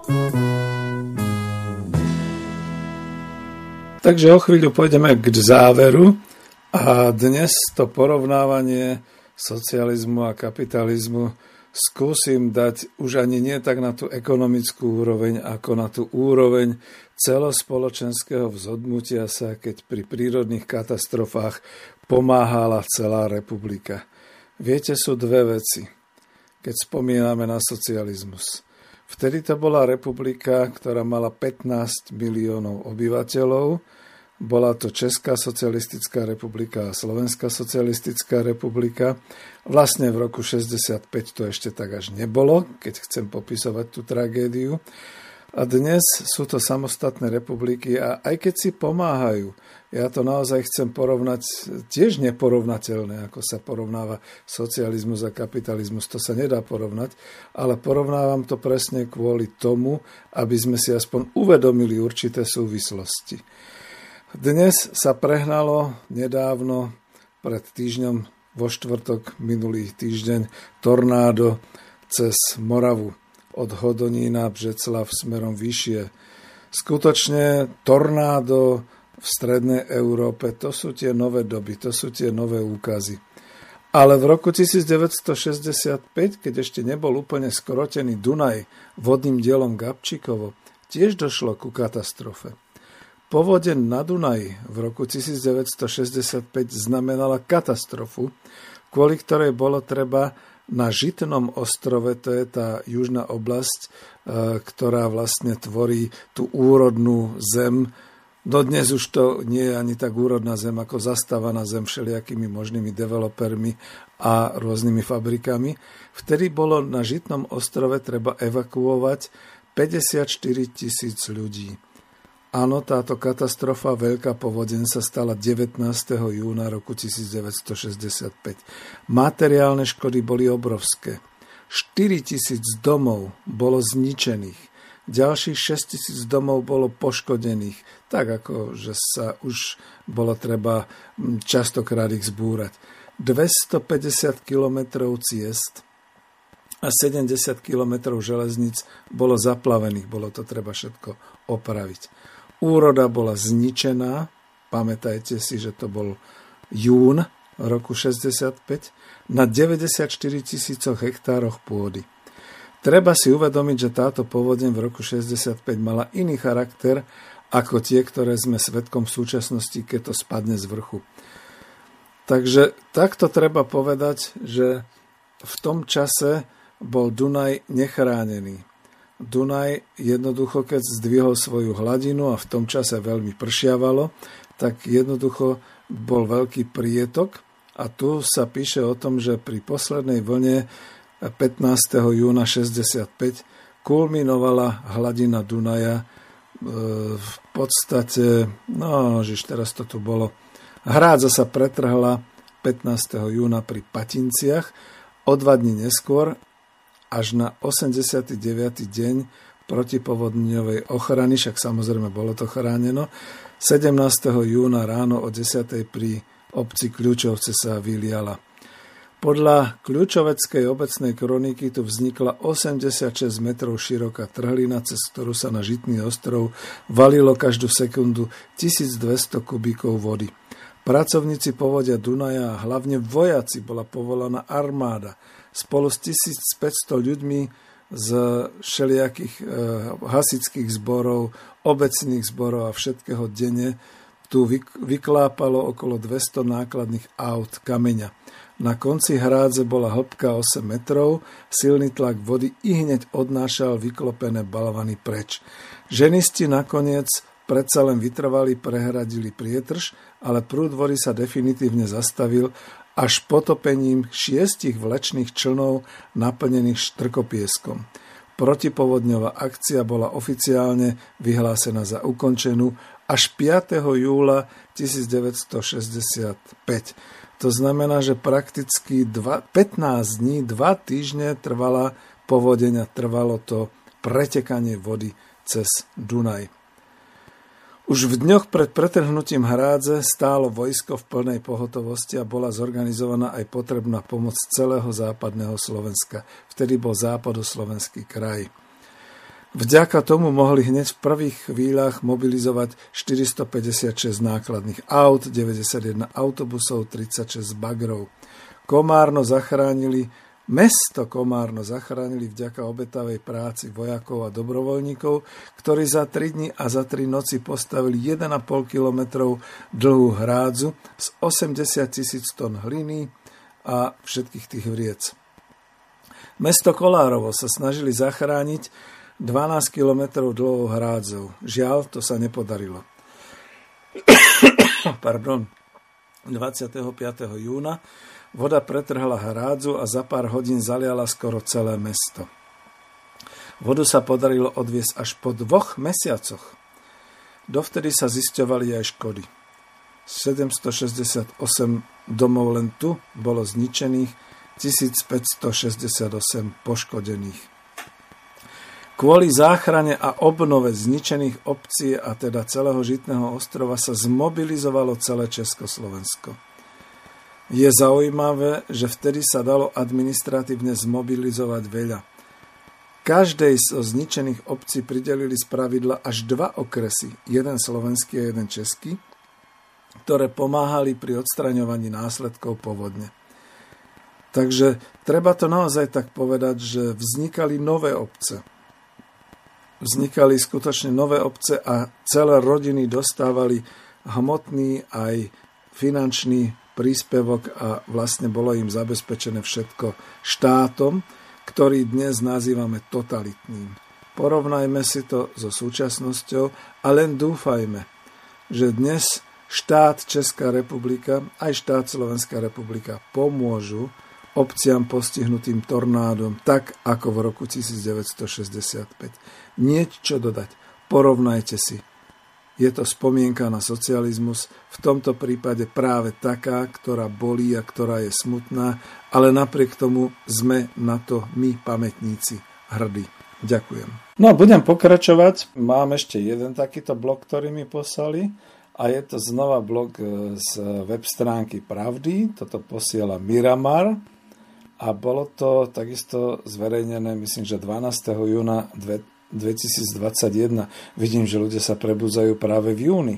[SPEAKER 1] Takže o chvíľu pôjdeme k záveru a dnes to porovnávanie socializmu a kapitalizmu skúsim dať už ani nie tak na tú ekonomickú úroveň, ako na tú úroveň celospoločenského vzhodnutia sa, keď pri prírodných katastrofách pomáhala celá republika. Viete, sú dve veci, keď spomíname na socializmus. Vtedy to bola republika, ktorá mala 15 miliónov obyvateľov. Bola to Česká socialistická republika a Slovenská socialistická republika. Vlastne v roku 65 to ešte tak až nebolo, keď chcem popisovať tú tragédiu. A dnes sú to samostatné republiky a aj keď si pomáhajú, ja to naozaj chcem porovnať, tiež neporovnateľné, ako sa porovnáva socializmus a kapitalizmus, to sa nedá porovnať, ale porovnávam to presne kvôli tomu, aby sme si aspoň uvedomili určité súvislosti. Dnes sa prehnalo nedávno, pred týždňom, vo štvrtok minulý týždeň, tornádo cez Moravu od Hodonína Břeclav smerom vyššie. Skutočne tornádo v strednej Európe, to sú tie nové doby, to sú tie nové úkazy. Ale v roku 1965, keď ešte nebol úplne skrotený Dunaj vodným dielom Gabčíkovo, tiež došlo ku katastrofe. Povodeň na Dunaji v roku 1965 znamenala katastrofu, kvôli ktorej bolo treba na Žitnom ostrove, to je tá južná oblasť, ktorá vlastne tvorí tú úrodnú zem. Dodnes už to nie je ani tak úrodná zem, ako zastávaná zem všelijakými možnými developermi a rôznymi fabrikami. Vtedy bolo na Žitnom ostrove treba evakuovať 54 000 ľudí. Áno, táto katastrofa, veľká povodeň, sa stala 19. júna roku 1965. Materiálne škody boli obrovské. 4 000 domov bolo zničených. Ďalších 6 000 domov bolo poškodených, tak ako že sa už bolo treba častokrát ich zbúrať. 250 kilometrov ciest a 70 kilometrov železníc bolo zaplavených, bolo to treba všetko opraviť. Úroda bola zničená, pamätajte si, že to bol jún roku 65, na 94 000 hektároch pôdy. Treba si uvedomiť, že táto povodeň v roku 65 mala iný charakter ako tie, ktoré sme svedkom v súčasnosti, keď to spadne z vrchu. Takže takto treba povedať, že v tom čase bol Dunaj nechránený. Dunaj jednoducho, keď zdvihol svoju hladinu a v tom čase veľmi pršiavalo, tak jednoducho bol veľký prietok a tu sa píše o tom, že pri poslednej vlne 15. júna 65 kulminovala hladina Dunaja v podstate, teraz to tu bolo, hrádza sa pretrhla 15. júna pri Patinciach, o 2 dní neskôr až na 89. deň protipovodňovej ochrany, však samozrejme bolo to chráneno. 17. júna ráno o 10. pri obci Kľúčovce sa vyliala. Podľa Kľúčoveckej obecnej kroniky tu vznikla 86 metrov široká trhlina, cez ktorú sa na Žitný ostrov valilo každú sekundu 1200 kubíkov vody. Pracovníci povodia Dunaja a hlavne vojaci, bola povolaná armáda, spolu s 1500 ľuďmi z všelijakých hasičských zborov, obecných zborov a všetkého denne tu vyklápalo okolo 200 nákladných aut kameňa. Na konci hrádze bola hĺbka 8 metrov, silný tlak vody ihneď odnášal vyklopené balvany preč. Ženisti nakoniec predsa len vytrvali, prehradili prietrž, ale prúd vody sa definitívne zastavil až potopením 6 vlečných člnov naplnených štrkopieskom. Protipovodňová akcia bola oficiálne vyhlásená za ukončenú až 5. júla 1965. To znamená, že prakticky 15 dní, 2 týždne trvala povodeň a trvalo to pretekanie vody cez Dunaj. Už v dňoch pred pretrhnutím hrádze stálo vojsko v plnej pohotovosti a bola zorganizovaná aj potrebná pomoc celého západného Slovenska. Vtedy bol západoslovenský kraj. Vďaka tomu mohli hneď v prvých chvíľach mobilizovať 456 nákladných aut, 91 autobusov, 36 bagrov. Mesto Komárno zachránili vďaka obetavej práci vojakov a dobrovoľníkov, ktorí za 3 dni a za 3 noci postavili 1,5 kilometrov dlhú hrádzu z 80 000 tón hliny a všetkých tých vriec. Mesto Kolárovo sa snažili zachrániť 12 kilometrov dlhou hrádzou. Žiaľ, to sa nepodarilo. 25. júna voda pretrhla hrádzu a za pár hodín zaliala skoro celé mesto. Vodu sa podarilo odviesť až po 2 mesiacoch. Dovtedy sa zisťovali aj škody. 768 domov len tu bolo zničených, 1568 poškodených. Kvôli záchrane a obnove zničených obcí a teda celého Žitného ostrova sa zmobilizovalo celé Československo. Je zaujímavé, že vtedy sa dalo administratívne zmobilizovať veľa. Každej z zničených obcí pridelili spravidla až 2 okresy, jeden slovenský a jeden český, ktoré pomáhali pri odstraňovaní následkov povodne. Takže treba to naozaj tak povedať, že vznikali nové obce. Vznikali skutočne nové obce a celé rodiny dostávali hmotný aj finančný príspevok a vlastne bolo im zabezpečené všetko štátom, ktorý dnes nazývame totalitným. Porovnajme si to so súčasnosťou a len dúfajme, že dnes štát Česká republika aj štát Slovenská republika pomôžu obciam postihnutým tornádom tak ako v roku 1965. Niečo dodať, porovnajte si. Je to spomienka na socializmus, v tomto prípade práve taká, ktorá bolí a ktorá je smutná, ale napriek tomu sme na to my, pamätníci, hrdí. Ďakujem. No, budem pokračovať. Mám ešte jeden takýto blog, ktorý mi poslali a je to znova blog z web stránky Pravdy. Toto posiela Miramar a bolo to takisto zverejnené, myslím, že 12. júna 2021. Vidím, že ľudia sa prebudzajú práve v júni.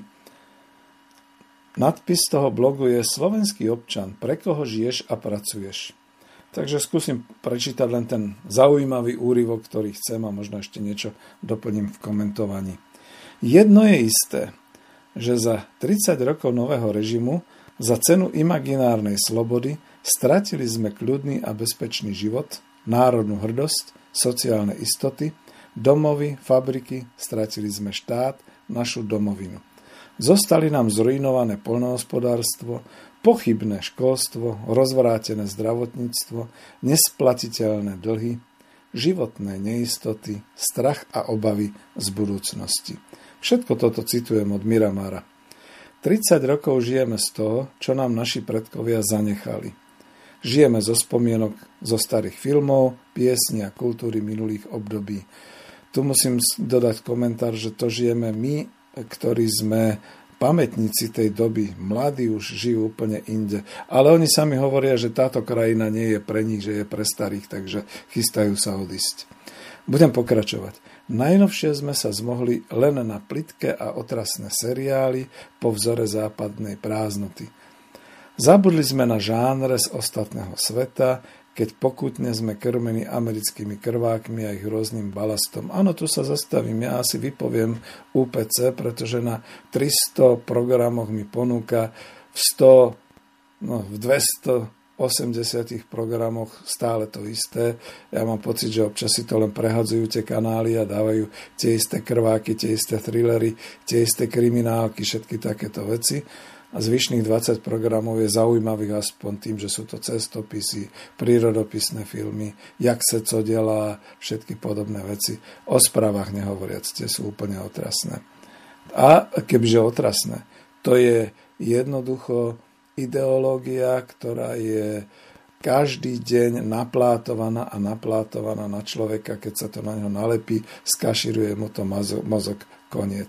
[SPEAKER 1] Nadpis toho blogu je Slovenský občan, pre koho žiješ a pracuješ. Takže skúsim prečítať len ten zaujímavý úryvok, ktorý chcem a možno ešte niečo doplním v komentovaní. Jedno je isté, že za 30 rokov nového režimu za cenu imaginárnej slobody stratili sme kľudný a bezpečný život, národnú hrdosť, sociálne istoty, domovy, fabriky, stratili sme štát, našu domovinu. Zostali nám zruinované poľnohospodárstvo, pochybné školstvo, rozvrátené zdravotníctvo, nesplatiteľné dlhy, životné neistoty, strach a obavy z budúcnosti. Všetko toto citujem od Miramara. 30 rokov žijeme z toho, čo nám naši predkovia zanechali. Žijeme zo spomienok zo starých filmov, piesní a kultúry minulých období. Tu musím dodať komentár, že to žijeme my, ktorí sme pamätníci tej doby. Mladí už žijú úplne inde. Ale oni sami hovoria, že táto krajina nie je pre nich, že je pre starých, takže chystajú sa odísť. Budem pokračovať. Najnovšie sme sa zmohli len na plitké a otrasné seriály po vzore západnej prázdnoty. Zabudli sme na žánre z ostatného sveta, keď pokutne sme krmení americkými krvákmi a ich rôznym balastom. Áno, tu sa zastavím, ja asi vypoviem UPC, pretože na 300 programoch mi ponúka v 280 programoch stále to isté. Ja mám pocit, že občas si to len prehadzujú tie kanály a dávajú tie isté krváky, tie isté thrillery, tie isté kriminálky, všetky takéto veci. A zvyšných 20 programov je zaujímavých aspoň tým, že sú to cestopisy, prírodopisné filmy, jak se co delá, všetky podobné veci. O správach nehovoriac, tie sú úplne otrasné. A kebyže otrasné, to je jednoducho ideológia, ktorá je každý deň naplátovaná na človeka, keď sa to na ňo nalepí, skaširuje mu to mozog, koniec.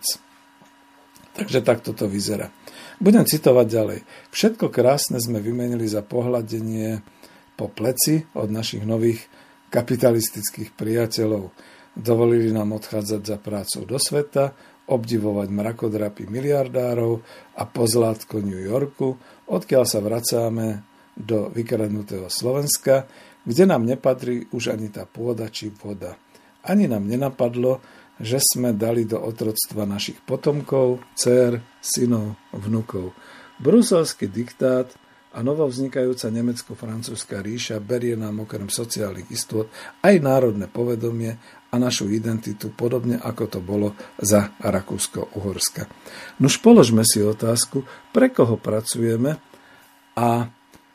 [SPEAKER 1] Takže takto to vyzerá. Budem citovať ďalej. Všetko krásne sme vymenili za pohľadenie po pleci od našich nových kapitalistických priateľov. Dovolili nám odchádzať za prácou do sveta, obdivovať mrakodrapy miliardárov a pozlátko New Yorku, odkiaľ sa vracáme do vykradnutého Slovenska, kde nám nepatrí už ani tá pôda či voda. Ani nám nenapadlo, že sme dali do otroctva našich potomkov, dcér, synov, vnukov. Bruselský diktát a novovznikajúca nemecko-francúzska ríša berie nám okrem sociálnych istôt aj národné povedomie a našu identitu, podobne ako to bolo za Rakúsko-Uhorska. Nuž položme si otázku, pre koho pracujeme a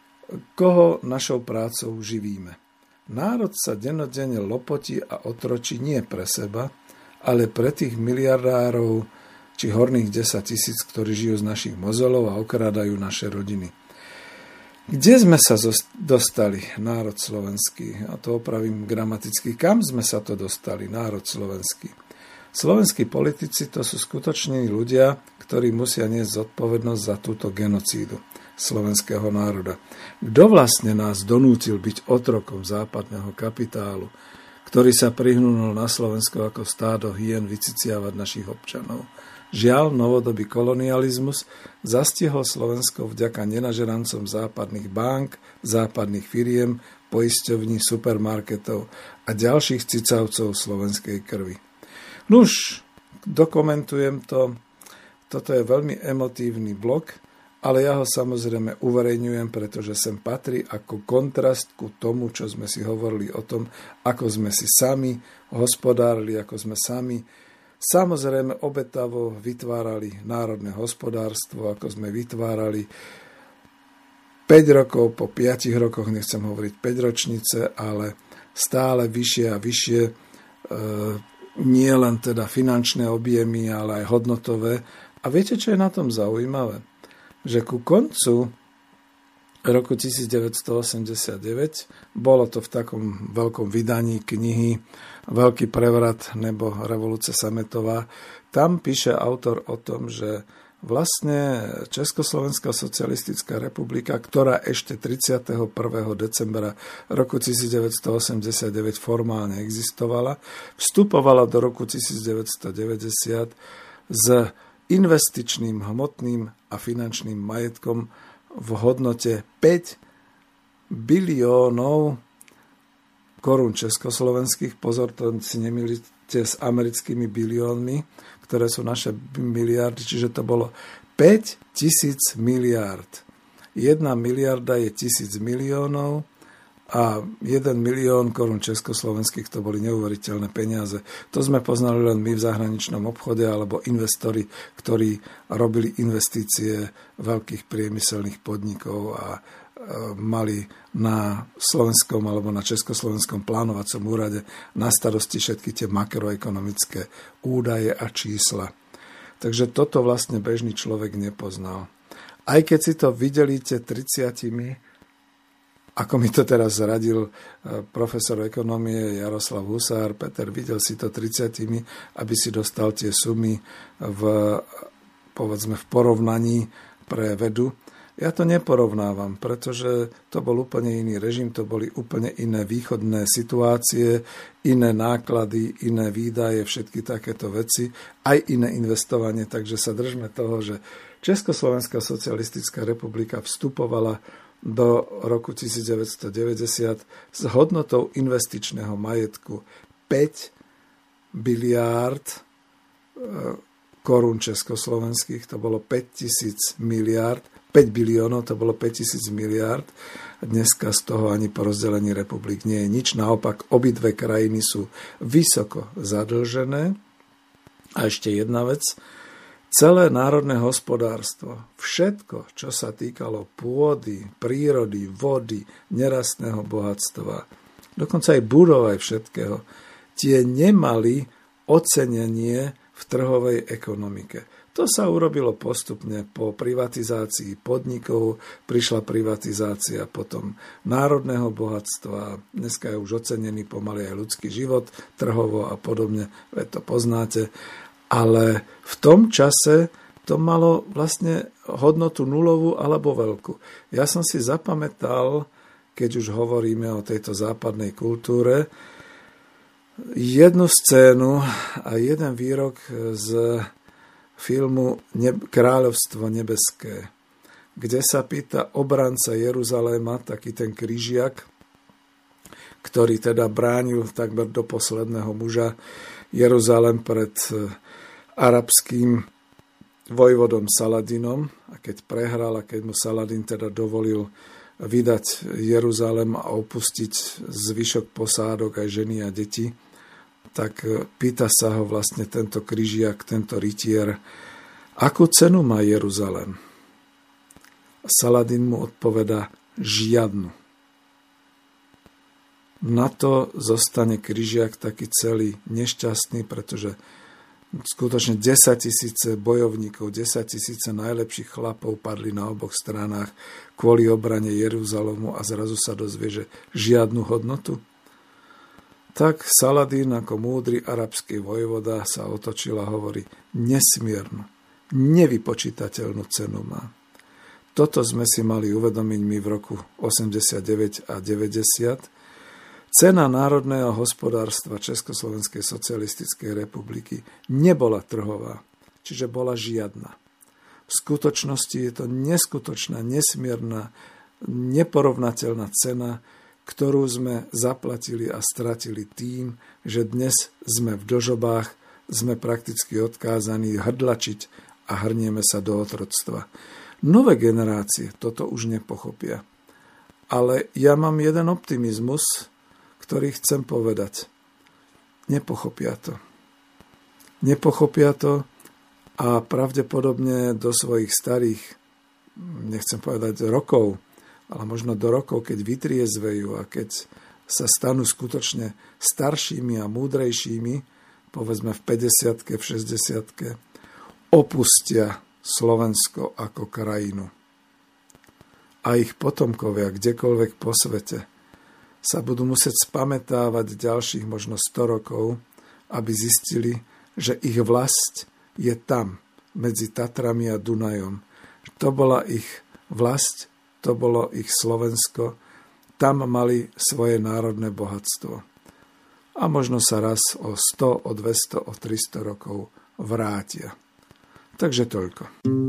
[SPEAKER 1] koho našou prácou živíme. Národ sa dennodenne lopotí a otročí nie pre seba, ale pre tých miliardárov či horných 10 000, ktorí žijú z našich mozolov a okrádajú naše rodiny. Kde sme sa dostali, národ slovenský? A to opravím gramaticky. Kam sme sa to dostali, národ slovenský? Slovenskí politici to sú skutoční ľudia, ktorí musia niesť zodpovednosť za túto genocídu slovenského národa. Kto vlastne nás donútil byť otrokom západného kapitálu? ktorý sa prihnul na Slovensko ako stádo hyen vyciciavať našich občanov. Žiaľ, novodobý kolonializmus zastihol Slovensko vďaka nenažerancom západných bank, západných firiem, poisťovní, supermarketov a ďalších cicavcov slovenskej krvi. Nuž, dokumentujem to. Toto je veľmi emotívny blog, ale ja ho samozrejme uverejňujem, pretože sem patrí ako kontrast ku tomu, čo sme si hovorili o tom, ako sme si sami hospodárili, ako sme sami samozrejme obetavo vytvárali národné hospodárstvo, ako sme vytvárali 5 rokov, po 5 rokoch, nechcem hovoriť 5 ročnice, ale stále vyššie a vyššie, nie len teda finančné objemy, ale aj hodnotové. A viete, čo je na tom zaujímavé? Že ku koncu roku 1989, bolo to v takom veľkom vydaní knihy Veľký prevrat nebo Revolúcia sametová, tam píše autor o tom, že vlastne Československá socialistická republika, ktorá ešte 31. decembra roku 1989 formálne existovala, vstupovala do roku 1990 s investičným, hmotným a finančným majetkom v hodnote 5 biliónov korún československých. Pozor, to si nemýlite s americkými biliónmi, ktoré sú naše miliardy, čiže to bolo 5 000 miliárd. 1 miliarda je 1000 miliónov a 1 milión korún československých, to boli neuveriteľné peniaze. To sme poznali len my v zahraničnom obchode alebo investori, ktorí robili investície veľkých priemyselných podnikov a mali na slovenskom alebo na československom plánovacom úrade na starosti všetky tie makroekonomické údaje a čísla. Takže toto vlastne bežný človek nepoznal. Aj keď si to videlíte 30, ako mi to teraz zradil profesor ekonomie Jaroslav Husár, Peter, videl si to 30, aby si dostal tie sumy povedzme v porovnaní pre vedu. Ja to neporovnávam, pretože to bol úplne iný režim, to boli úplne iné východné situácie, iné náklady, iné výdaje, všetky takéto veci, aj iné investovanie. Takže sa držme toho, že Československá socialistická republika vstupovala do roku 1990 s hodnotou investičného majetku 5 biliárd korún československých, to bolo 5000 miliárd, 5 biliónov, to bolo 5000 miliárd. Dneska z toho ani po rozdelení republik nie je nič. Naopak, obidve krajiny sú vysoko zadlžené. A ešte jedna vec. Celé národné hospodárstvo, všetko, čo sa týkalo pôdy, prírody, vody, nerastného bohatstva, dokonca aj budov, aj všetkého, tie nemali ocenenie v trhovej ekonomike. To sa urobilo postupne po privatizácii podnikov, prišla privatizácia potom národného bohatstva, dneska je už ocenený pomaly aj ľudský život, trhovo a podobne, veď to poznáte, ale v tom čase to malo vlastne hodnotu nulovú alebo veľkú. Ja som si zapamätal, keď už hovoríme o tejto západnej kultúre, jednu scénu a jeden výrok z filmu Kráľovstvo nebeské, kde sa pýta obranca Jeruzaléma, taký ten križiak, ktorý teda bránil takmer do posledného muža Jeruzalém pred arabským vojvodom Saladinom, a keď prehral a keď mu Saladin teda dovolil vydať Jeruzalém a opustiť zvyšok posádok aj ženy a deti, tak pýta sa ho vlastne tento križiak, tento rytier, akú cenu má Jeruzalém? Saladin mu odpovedá, žiadnu. Na to zostane križiak taký celý nešťastný, pretože skutočne 10 000 bojovníkov, 10 000 najlepších chlapov padli na oboch stranách kvôli obrane Jeruzalému a zrazu sa dozvie, že žiadnu hodnotu. Tak Saladín ako múdry arabský vojvoda sa otočil a hovorí, nesmiernu, nevypočítateľnú cenu má. Toto sme si mali uvedomiť my v roku 89 a 90. Cena národného hospodárstva Československej socialistickej republiky nebola trhová, čiže bola žiadna. V skutočnosti je to neskutočná, nesmierna, neporovnateľná cena, ktorú sme zaplatili a stratili tým, že dnes sme v dlžobách, sme prakticky odkázaní hrdlačiť a hrnieme sa do otroctva. Nové generácie toto už nepochopia. Ale ja mám jeden optimizmus, ktorý chcem povedať. Nepochopia to. Nepochopia to a pravdepodobne do svojich starých, nechcem povedať rokov, ale možno do rokov, keď vytriezvejú a keď sa stanú skutočne staršími a múdrejšími, povedzme v 50-ke, v 60-ke, opustia Slovensko ako krajinu. A ich potomkovia, kdekoľvek po svete, sa budú musieť spamätávať ďalších možno 100 rokov, aby zistili, že ich vlast je tam, medzi Tatrami a Dunajom. To bola ich vlast, to bolo ich Slovensko, tam mali svoje národné bohatstvo. A možno sa raz o 100, o 200, o 300 rokov vrátia. Takže toľko.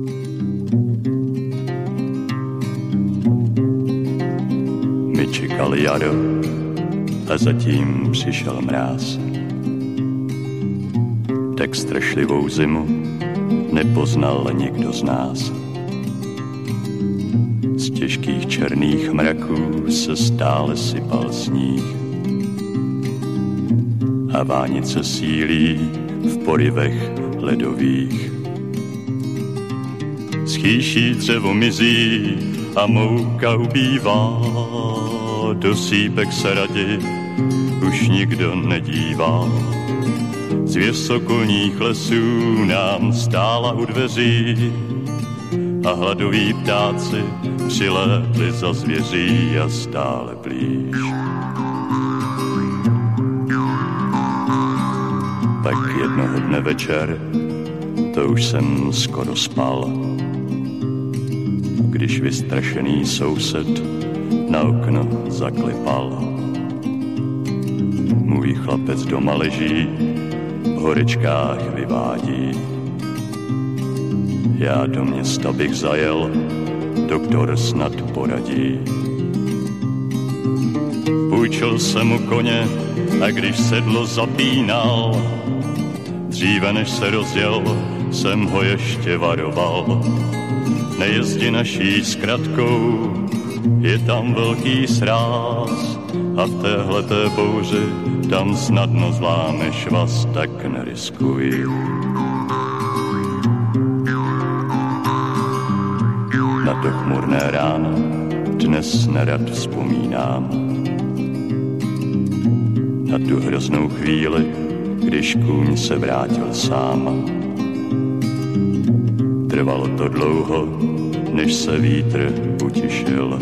[SPEAKER 4] My čekali jaro a zatím přišel mráz. Tak strašlivou zimu nepoznal nikdo z nás. Z těžkých černých mraků se stále sypal sníh a vánice sílí v porivech ledových. Schýší dřevo mizí a mouka ubývá, do sípek se radi už nikdo nedívá. Zvěř sokolních lesů nám stála u dveří a hladoví ptáci přilétli za zvěří a stále blíž. Pak jednoho dne večer, to už jsem skoro spal, když vystrašený soused na okno zaklepal. Můj chlapec doma leží, v horečkách vyvádí. Já do města bych zajel, doktor snad poradí. Půjčil jsem mu koně a když sedlo zapínal, dříve než se rozjel, jsem ho ještě varoval. Nejezdi naší zkratkou, je tam velký sráz a v téhleté bouři tam snadno zlámeš vás, tak neriskuj. Na to chmurné ráno dnes nerad vzpomínám. Na tu hroznou chvíli, když kůň se vrátil sám. Trvalo to dlouho, než se vítr utišil.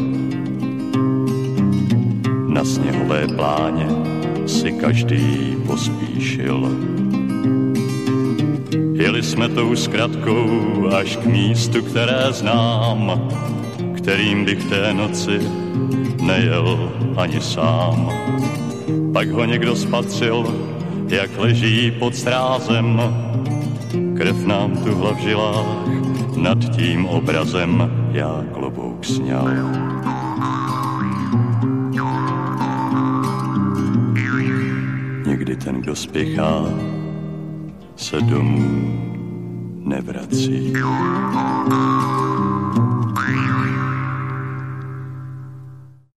[SPEAKER 4] Na sněhové pláně si každý pospíšil. Jeli jsme tou zkratkou až k místu, které znám, kterým bych té noci nejel ani sám. Pak ho někdo spatřil, jak leží pod strázem, krev nám tuhla v žilách, nad tím obrazem já klobouk sňal. Někdy ten, kdo spěchá, se domů nevrací.